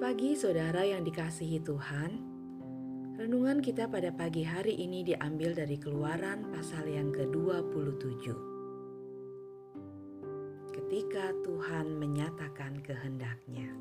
Selamat pagi saudara yang dikasihi Tuhan. Renungan kita pada pagi hari ini diambil dari Keluaran pasal yang ke-27. Ketika Tuhan menyatakan kehendak-Nya.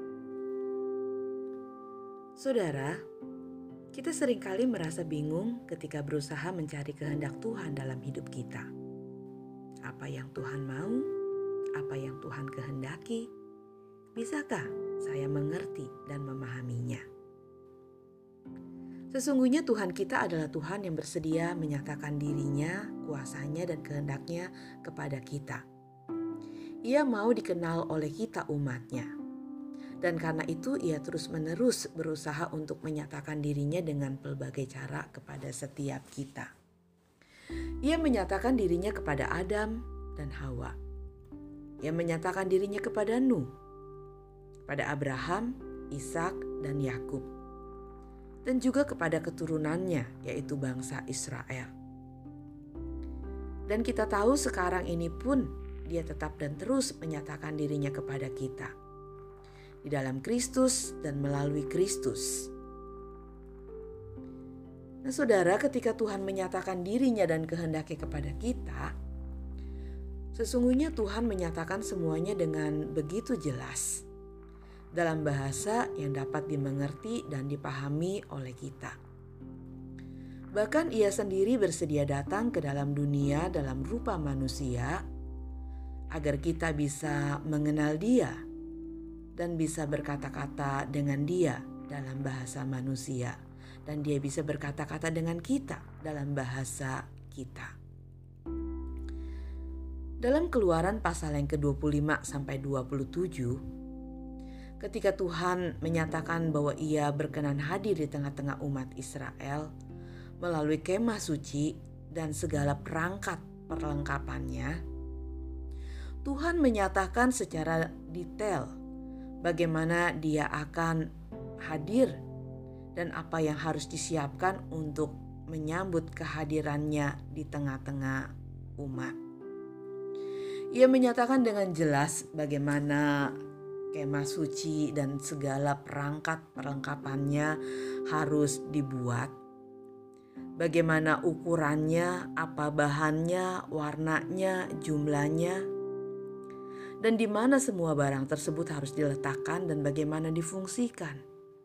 Saudara, kita seringkali merasa bingung ketika berusaha mencari kehendak Tuhan dalam hidup kita. Apa yang Tuhan mau? Apa yang Tuhan kehendaki? Bisakah saya mengerti dan memahaminya? Sesungguhnya Tuhan kita adalah Tuhan yang bersedia menyatakan dirinya, kuasanya dan kehendaknya kepada kita. Ia mau dikenal oleh kita umatnya. Dan karena itu ia terus-menerus berusaha untuk menyatakan dirinya dengan pelbagai cara kepada setiap kita. Ia menyatakan dirinya kepada Adam dan Hawa. Ia menyatakan dirinya kepada Nuh, pada Abraham, Ishak, dan Yakub, dan juga kepada keturunannya, yaitu bangsa Israel. Dan kita tahu sekarang ini pun dia tetap dan terus menyatakan dirinya kepada kita di dalam Kristus dan melalui Kristus. Nah saudara, ketika Tuhan menyatakan dirinya dan kehendaknya kepada kita, sesungguhnya Tuhan menyatakan semuanya dengan begitu jelas, dalam bahasa yang dapat dimengerti dan dipahami oleh kita. Bahkan ia sendiri bersedia datang ke dalam dunia dalam rupa manusia, agar kita bisa mengenal dia dan bisa berkata-kata dengan dia dalam bahasa manusia, dan dia bisa berkata-kata dengan kita dalam bahasa kita. Dalam Keluaran pasal yang ke-25 sampai 27, ketika Tuhan menyatakan bahwa ia berkenan hadir di tengah-tengah umat Israel melalui kemah suci dan segala perangkat perlengkapannya, Tuhan menyatakan secara detail bagaimana dia akan hadir dan apa yang harus disiapkan untuk menyambut kehadirannya di tengah-tengah umat. Ia menyatakan dengan jelas bagaimana kemah suci dan segala perangkat perlengkapannya harus dibuat. Bagaimana ukurannya, apa bahannya, warnanya, jumlahnya, dan di mana semua barang tersebut harus diletakkan dan bagaimana difungsikan.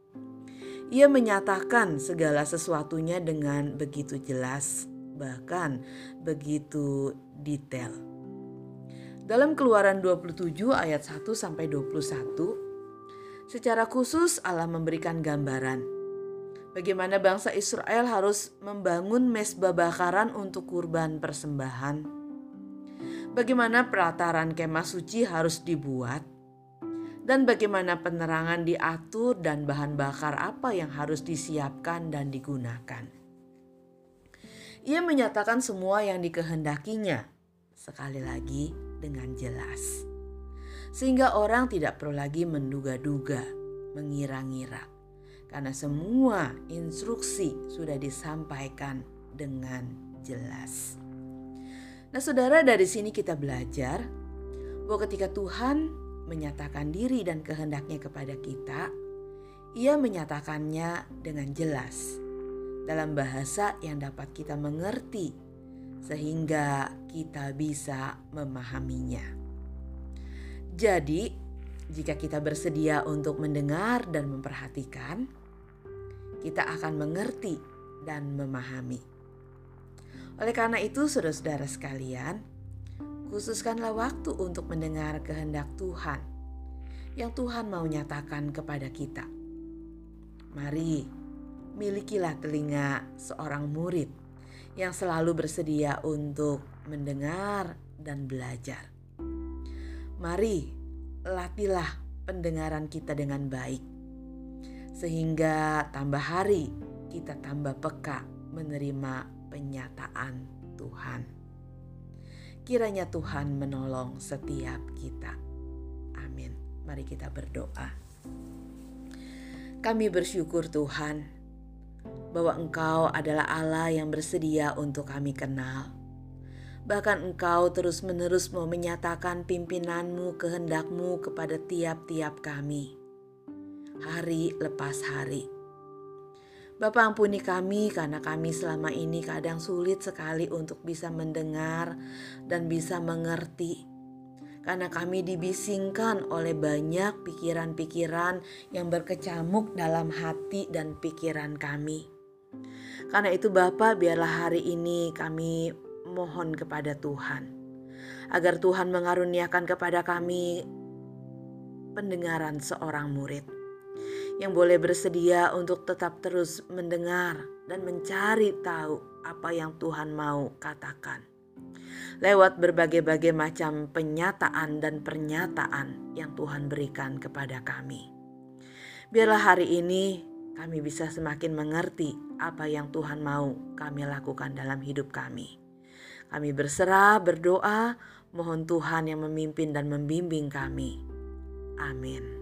Ia menyatakan segala sesuatunya dengan begitu jelas, bahkan begitu detail. Dalam Keluaran 27 ayat 1 sampai 21, secara khusus Allah memberikan gambaran bagaimana bangsa Israel harus membangun mezbah bakaran untuk kurban persembahan. Bagaimana pelataran kemah suci harus dibuat, dan bagaimana penerangan diatur dan bahan bakar apa yang harus disiapkan dan digunakan. Ia menyatakan semua yang dikehendakinya, sekali lagi dengan jelas, sehingga orang tidak perlu lagi menduga-duga, mengira-ngira, karena semua instruksi sudah disampaikan dengan jelas. Nah saudara, dari sini kita belajar bahwa ketika Tuhan menyatakan diri dan kehendaknya kepada kita, ia menyatakannya dengan jelas dalam bahasa yang dapat kita mengerti, sehingga kita bisa memahaminya. Jadi, jika kita bersedia untuk mendengar dan memperhatikan, kita akan mengerti dan memahami. Oleh karena itu, saudara-saudara sekalian, khususkanlah waktu untuk mendengar kehendak Tuhan yang Tuhan mau nyatakan kepada kita. Mari, milikilah telinga seorang murid yang selalu bersedia untuk mendengar dan belajar. Mari, latihlah pendengaran kita dengan baik, sehingga tambah hari kita tambah peka menerima penyataan Tuhan. Kiranya Tuhan menolong setiap kita. Amin. Mari kita berdoa. Kami bersyukur Tuhan, bahwa Engkau adalah Allah yang bersedia untuk kami kenal. Bahkan Engkau terus-menerus mau menyatakan pimpinan-Mu, kehendak-Mu kepada tiap-tiap kami. hari lepas hari. Bapa, ampuni kami karena kami selama ini kadang sulit sekali untuk bisa mendengar dan bisa mengerti. Karena kami dibisingkan oleh banyak pikiran-pikiran yang berkecamuk dalam hati dan pikiran kami. Karena itu Bapa, biarlah hari ini kami mohon kepada Tuhan, agar Tuhan mengaruniakan kepada kami pendengaran seorang murid yang boleh bersedia untuk tetap terus mendengar dan mencari tahu apa yang Tuhan mau katakan lewat berbagai-bagai macam penyataan dan pernyataan yang Tuhan berikan kepada kami. Biarlah hari ini kami bisa semakin mengerti apa yang Tuhan mau kami lakukan dalam hidup kami. Kami berserah, berdoa, mohon Tuhan yang memimpin dan membimbing kami. Amin.